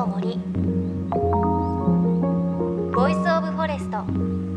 の森ボイスオブフォレスト。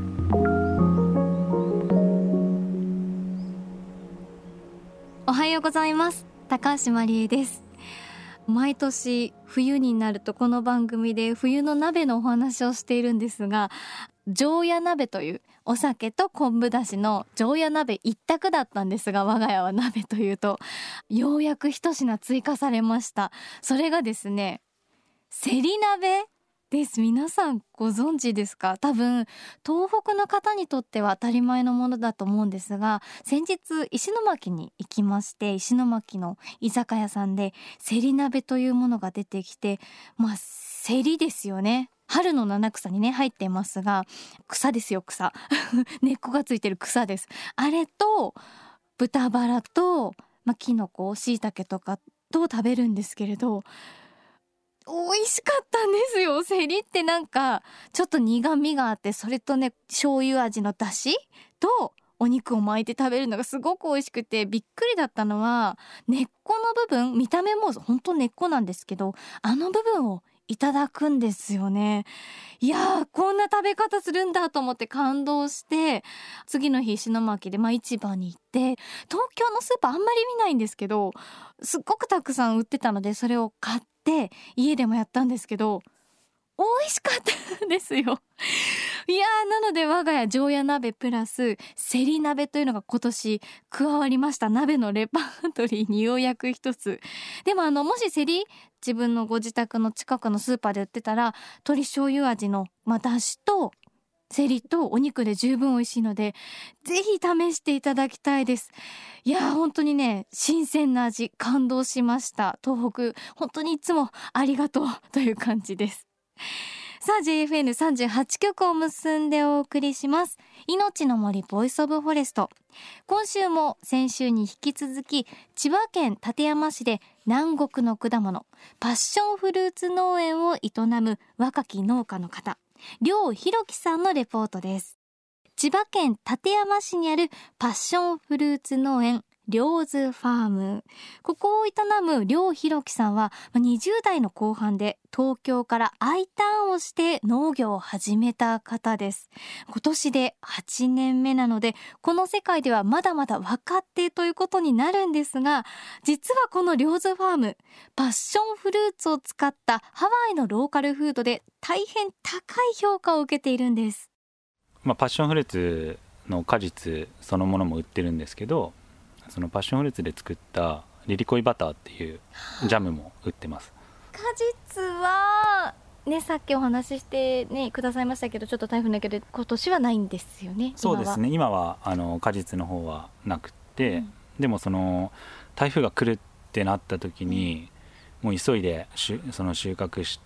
おはようございます。高橋まりえです。毎年冬になるとこの番組で冬の鍋のお話をしているんですが、常夜鍋というお酒と昆布だしの常夜鍋一択だったんですが、我が家は鍋というとようやく一品追加されました。それがですね、せり鍋です。皆さんご存知ですか？多分東北の方にとっては当たり前のものだと思うんですが、先日石巻に行きまして、石巻の居酒屋さんでせり鍋というものが出てきて、せりですよね。春の七草にね入っていますが、草ですよ、草根っこがついてる草です。あれと豚バラと、キノコ、椎茸とかと食べるんですけれど、美味しかったんですよ。セリってなんかちょっと苦味があって、それとね醤油味のだしとお肉を巻いて食べるのがすごく美味しくて、びっくりだったのは根っこの部分、見た目も本当根っこなんですけど、あの部分をいただくんですよね。いやー、こんな食べ方するんだと思って感動して、次の日石巻で市場に行って、東京のスーパーあんまり見ないんですけど、すっごくたくさん売ってたので、それを買って家でもやったんですけど、美味しかったんですよ。いやー、なので我が家常夜鍋プラスせり鍋というのが今年加わりました。鍋のレパートリーにようやく一つ。でももしせり自分のご自宅の近くのスーパーで売ってたら、鶏醤油味のだしとせりとお肉で十分美味しいので、ぜひ試していただきたいです。いやー、本当にね、新鮮な味、感動しました。東北本当にいつもありがとうという感じです。さあ JFN38 局を結んでお送りします。命の森ボイスオブフォレスト。今週も先週に引き続き、千葉県館山市で南国の果物パッションフルーツ農園を営む若き農家の方、梁弘樹さんのレポートです。千葉県館山市にあるパッションフルーツ農園梁津ファーム、ここを営む梁弘樹さんは20代の後半で東京から I ターンをして農業を始めた方です。今年で8年目なので、この世界ではまだまだ若手ということになるんですが、実はこの梁津ファーム、パッションフルーツを使ったハワイのローカルフードで大変高い評価を受けているんです。 パッションフルーツの果実そのものも売ってるんですけど、そのパッションフルーツで作ったリリコイバターっていうジャムも売ってます。 果実はね、さっきお話ししてねくださいましたけど、ちょっと台風だけど今年はないんですよね。 そうですね、今は果実の方はなくて、でもその台風が来るってなった時に、もう急いでその収穫して、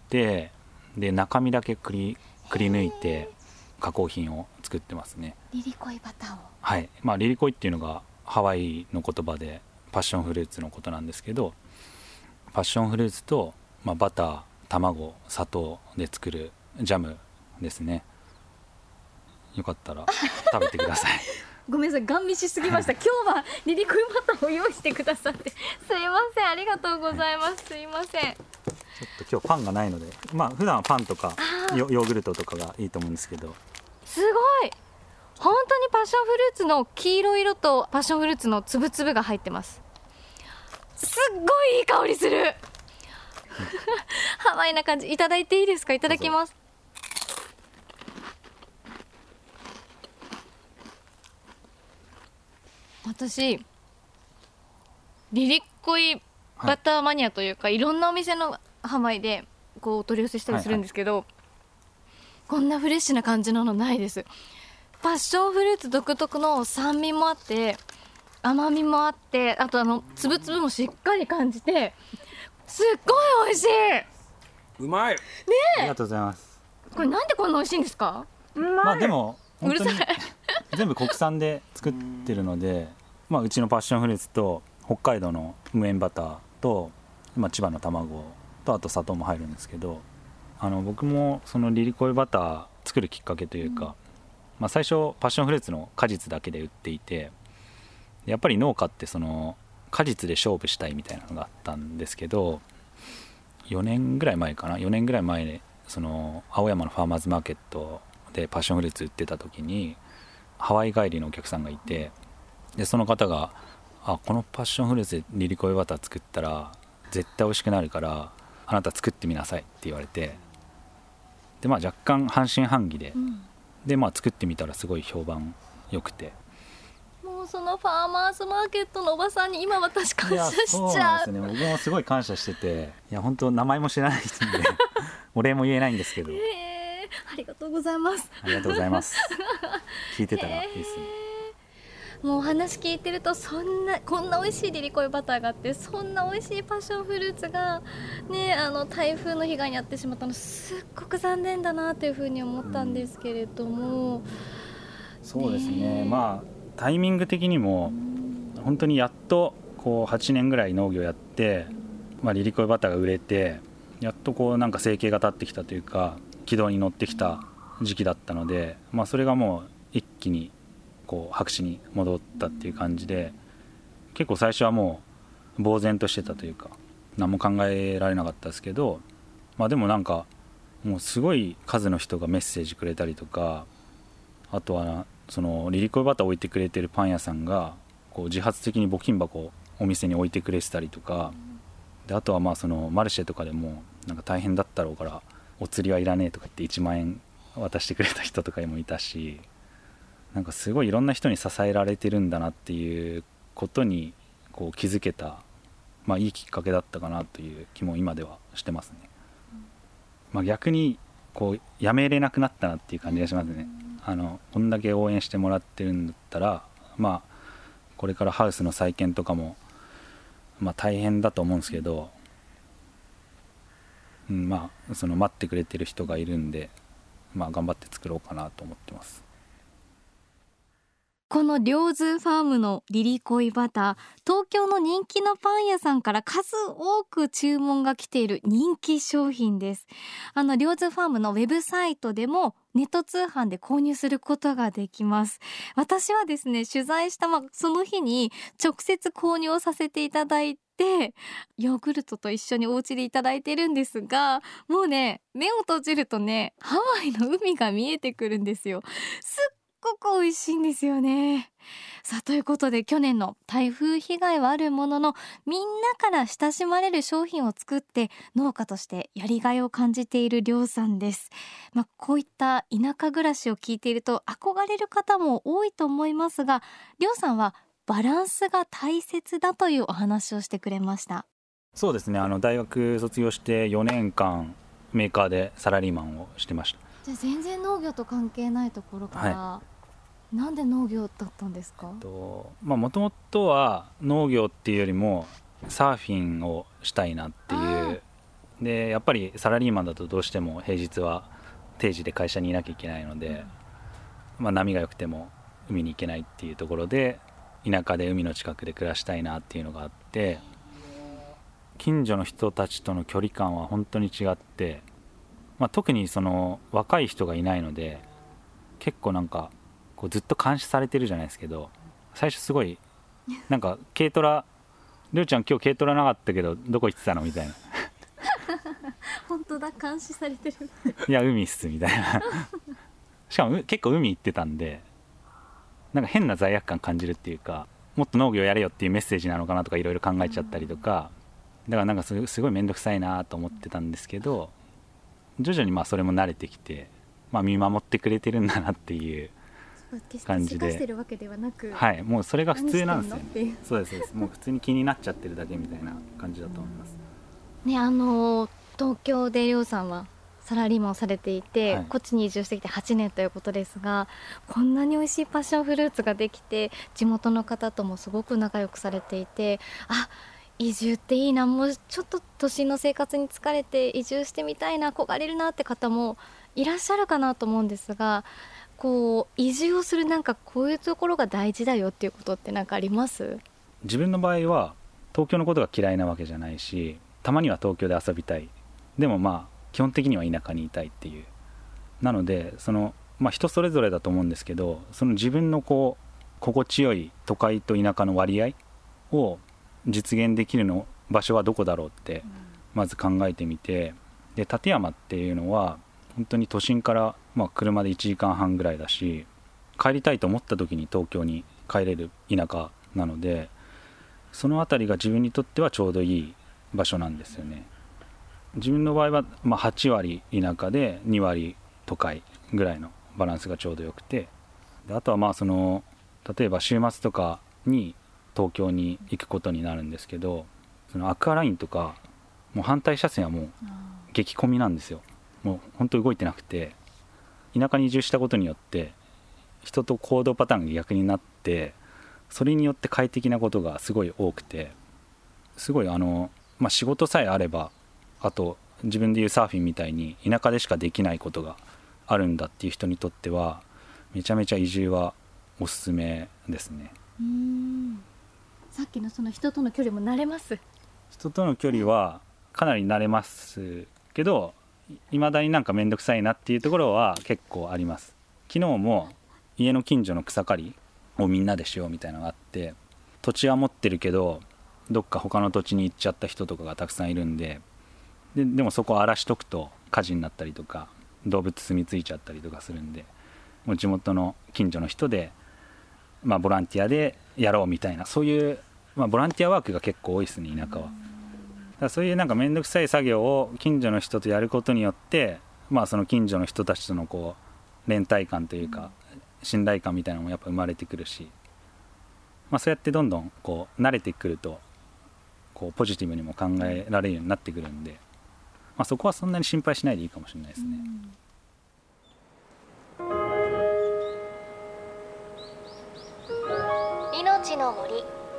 で中身だけくり抜いて加工品を作ってますね。 リリコイバターを、 はい、リリコイっていうのがハワイの言葉でパッションフルーツのことなんですけど、パッションフルーツと、バター、卵、砂糖で作るジャムですね。よかったら食べてくださいごめんなさい、ガン見しすぎました今日はリリコイバターを用意してくださってすいません、ありがとうございます、すいません。 ちょっと今日パンがないので、普段はパンとかヨーグルトとかがいいと思うんですけど、 すごい、本当にパッションフルーツの黄色色とパッションフルーツのつぶつぶが入ってます。すっごいいい香りするハワイな感じ。いただいていいですか？いただきます。私リリコイバターマニアというか、いろんなお店のハワイでこうお取り寄せしたりするんですけど、こんなフレッシュな感じなのないです。パッションフルーツ独特の酸味もあって甘みもあって、あとつぶつぶもしっかり感じて、すっごい美味しい。 うまいね。 ありがとうございます。 これなんでこんな美味しいんですか？ でも本当にうるさい全部国産で作ってるので、うちのパッションフルーツと北海道の無塩バターと、千葉の卵とあと砂糖も入るんですけど、僕もそのリリコイバター作るきっかけというか、最初パッションフルーツの果実だけで売っていて、やっぱり農家ってその果実で勝負したいみたいなのがあったんですけど、 4年ぐらい前かな、4年ぐらい前にその青山のファーマーズマーケットでパッションフルーツ売ってた時にハワイ帰りのお客さんがいて、でその方がこのパッションフルーツでリリコイバター作ったら絶対美味しくなるからあなた作ってみなさいって言われて、で若干半信半疑で、で作ってみたらすごい評判良くて、 もうそのファーマーズマーケットのおばさんに今私感謝しちゃう。 そうなんですね、僕もすごい感謝してて、いや本当名前も知らないんでお礼も言えないんですけど、 ありがとうございます。 ありがとうございます聞いてたらいいですね。 もうお話聞いてるとこんな美味しいリリコイバターがあって、そんな美味しいパッションフルーツがね台風の被害に遭ってしまったのすっごく残念だなというふうに思ったんですけれども、 そうですね、タイミング的にも本当にやっとこう8年ぐらい農業やって、リリコイバターが売れてやっとこうなんか生計が立ってきたというか軌道に乗ってきた時期だったので、それがもう一気にこう白紙に戻ったっていう感じで、結構最初はもう呆然としてたというか何も考えられなかったですけど、でもなんかもうすごい数の人がメッセージくれたりとか、あとはそのリリコイバターを置いてくれてるパン屋さんがこう自発的に募金箱をお店に置いてくれてたりとかで、あとはそのマルシェとかでもなんか大変だったろうからお釣りはいらねえとか言って1万円渡してくれた人とかもいたし、なんかすごいいろんな人に支えられてるんだなっていうことにこう気づけた、いいきっかけだったかなという気も今ではしてますね。逆にこうやめれなくなったなっていう感じがしますね。こんだけ応援してもらってるんだったら、これからハウスの再建とかも大変だと思うんですけど、その待ってくれてる人がいるんで、頑張って作ろうかなと思ってます。 この両津ファームのリリコイバター、東京の人気のパン屋さんから数多く注文が来ている人気商品です。両津ファームのウェブサイトでもネット通販で購入することができます。私はですね、取材したその日に直接購入をさせていただいて、ヨーグルトと一緒にお家でいただいてるんですが、もうね、目を閉じるとね、ハワイの海が見えてくるんですよ。すっごく美味しいんですよね。さあ、ということで去年の台風被害はあるものの、みんなから親しまれる商品を作って農家としてやりがいを感じているりょうさんです。こういった田舎暮らしを聞いていると憧れる方も多いと思いますが、りょうさんはバランスが大切だというお話をしてくれました。 そうですね、大学卒業して4年間メーカーでサラリーマンをしてました。 じゃあ全然農業と関係ないところから、なんで農業だったんですか？ もともとは農業っていうよりもサーフィンをしたいなっていうで、やっぱりサラリーマンだとどうしても平日は定時で会社にいなきゃいけないので、波が良くても海に行けないっていうところで田舎で海の近くで暮らしたいなっていうのがあって、近所の人たちとの距離感は本当に違って、特にその若い人がいないので結構なんかこうずっと監視されてるじゃないですけど、最初すごいなんか軽トラりょうちゃん今日軽トラなかったけどどこ行ってたのみたいな本当だ、監視されてるいや海っすみたいなしかも結構海行ってたんで、なんか変な罪悪感感じるっていうか、もっと農業やれよっていうメッセージなのかなとかいろいろ考えちゃったりとか、だからなんかすごい面倒くさいなと思ってたんですけど、徐々にそれも慣れてきて、見守ってくれてるんだなっていう感じで、もうそれが普通なんですよね。そうです、もう普通に気になっちゃってるだけみたいな感じだと思いますね。東京でりょうさんはサラリーマンをされていて、こっちに移住してきて8年ということですが、こんなに美味しいパッションフルーツができて地元の方ともすごく仲良くされていて、移住っていいな、もうちょっと都心の生活に疲れて移住してみたいな、憧れるなって方もいらっしゃるかなと思うんですが、こう移住をするこういうところが大事だよっていうことってあります？ 自分の場合は東京のことが嫌いなわけじゃないし、たまには東京で遊びたい、でも基本的には田舎にいたいっていう、なので人それぞれだと思うんですけど、その自分の心地よい都会と田舎の割合を実現できる場所はどこだろうってまず考えてみて、で館山っていうのは本当に都心から車で1時間半ぐらいだし、帰りたいと思った時に東京に帰れる田舎なので、その辺りが自分にとってはちょうどいい場所なんですよね。自分の場合は8割田舎で2割都会ぐらいのバランスがちょうどよくて、であとは例えば週末とかに東京に行くことになるんですけど、そのアクアラインとかもう反対車線はもう激混みなんですよ。もう本当動いてなくて、田舎に移住したことによって人と行動パターンが逆になって、それによって快適なことがすごい多くて、すごい仕事さえあれば、あと自分でいうサーフィンみたいに田舎でしかできないことがあるんだっていう人にとってはめちゃめちゃ移住はおすすめですね。 さっきのその人との距離も慣れます？ 人との距離はかなり慣れますけど、いまだになんかめんどくさいなっていうところは結構あります。昨日も家の近所の草刈りをみんなでしようみたいなのがあって、土地は持ってるけどどっか他の土地に行っちゃった人とかがたくさんいるんで、でもそこを荒らしとくと火事になったりとか動物住み着いちゃったりとかするんで、もう地元の近所の人で、ボランティアでやろうみたいな、そういう、ボランティアワークが結構多いですね、田舎は。だからそういうなんかめんどくさい作業を近所の人とやることによって、その近所の人たちとの連帯感というか信頼感みたいなのもやっぱ生まれてくるし、そうやってどんどん慣れてくるとポジティブにも考えられるようになってくるんで、そこはそんなに心配しないでいいかもしれないですね。 命の森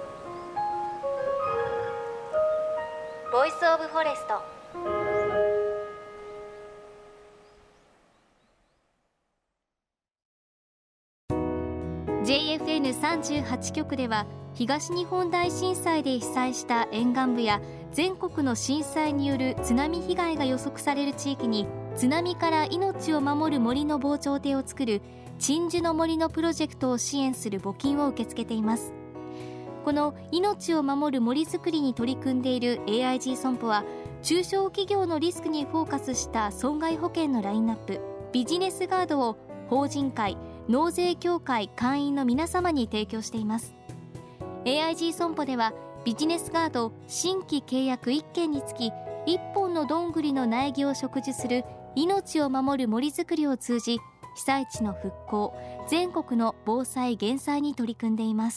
ボイスオブフォレスト。JFN38 局では東日本大震災で被災した沿岸部や全国の震災による津波被害が予測される地域に津波から命を守る森の防潮堤を作る鎮守の森のプロジェクトを支援する募金を受け付けています。この命を守る森づくりに取り組んでいる AIG 損保は、中小企業のリスクにフォーカスした損害保険のラインナップビジネスガードを法人会、納税協会会員の皆様に提供しています。 AIG 損保ではビジネスガード新規契約1件につき1本のどんぐりの苗木を植樹する命を守る森づくりを通じ、被災地の復興、全国の防災減災に取り組んでいます。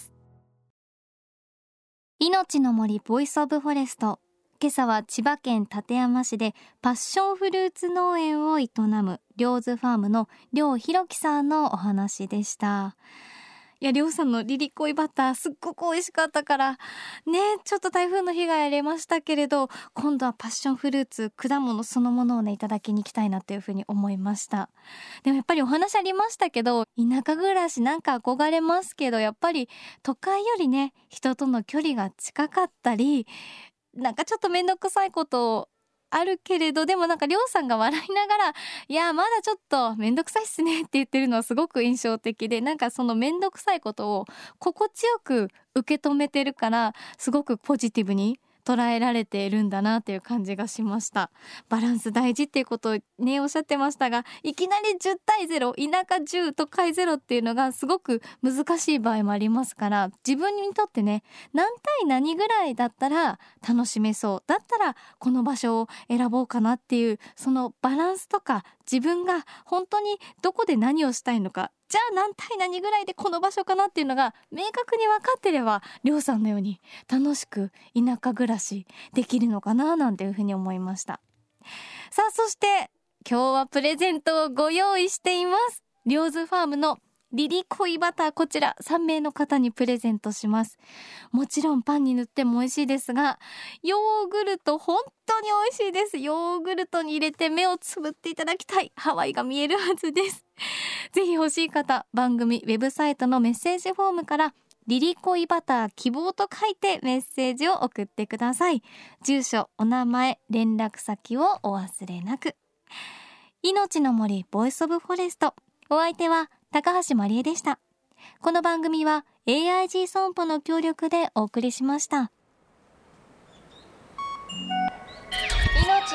命の森ボイスオブフォレスト。今朝は千葉県館山市でパッションフルーツ農園を営む両津ファームの両弘樹さんのお話でした。いや、両さんのリリコイバターすっごく美味しかったからね、ちょっと台風の被害ありましたけれど、今度はパッションフルーツ、果物そのものをねいただきに行きたいなというふうに思いました。でもやっぱりお話ありましたけど、田舎暮らしなんか憧れますけど、やっぱり都会よりね人との距離が近かったり、なんかちょっとめんどくさいことあるけれど、でもなんかりょうさんが笑いながら、いやまだちょっとめんどくさいっすねって言ってるのはすごく印象的で、なんかそのめんどくさいことを心地よく受け止めてるから、すごくポジティブに捉えられているんだなっていう感じがしました。バランス大事っていうことをねおっしゃってましたが、いきなり10対0、田舎10都会0っていうのがすごく難しい場合もありますから、自分にとってね何対何ぐらいだったら楽しめそうだったらこの場所を選ぼうかなっていう、そのバランスとか自分が本当にどこで何をしたいのか、じゃあ何対何ぐらいでこの場所かなっていうのが明確に分かってれば、りょうさんのように楽しく田舎暮らしできるのかななんていうふうに思いました。さあ、そして今日はプレゼントをご用意しています。両津ファームのリリコイバター、こちら3名の方にプレゼントします。もちろんパンに塗っても美味しいですが、ヨーグルト本当に美味しいです。ヨーグルトに入れて目をつぶっていただきたい。ハワイが見えるはずです。ぜひ欲しい方、番組ウェブサイトのメッセージフォームからリリコイバター希望と書いてメッセージを送ってください。住所、お名前、連絡先をお忘れなく。命の森ボイスオブフォレスト、お相手は高橋まりえでした。この番組は AIG 損保の協力でお送りしました。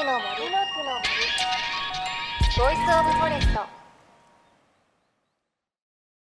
ボイスオブフォレスト。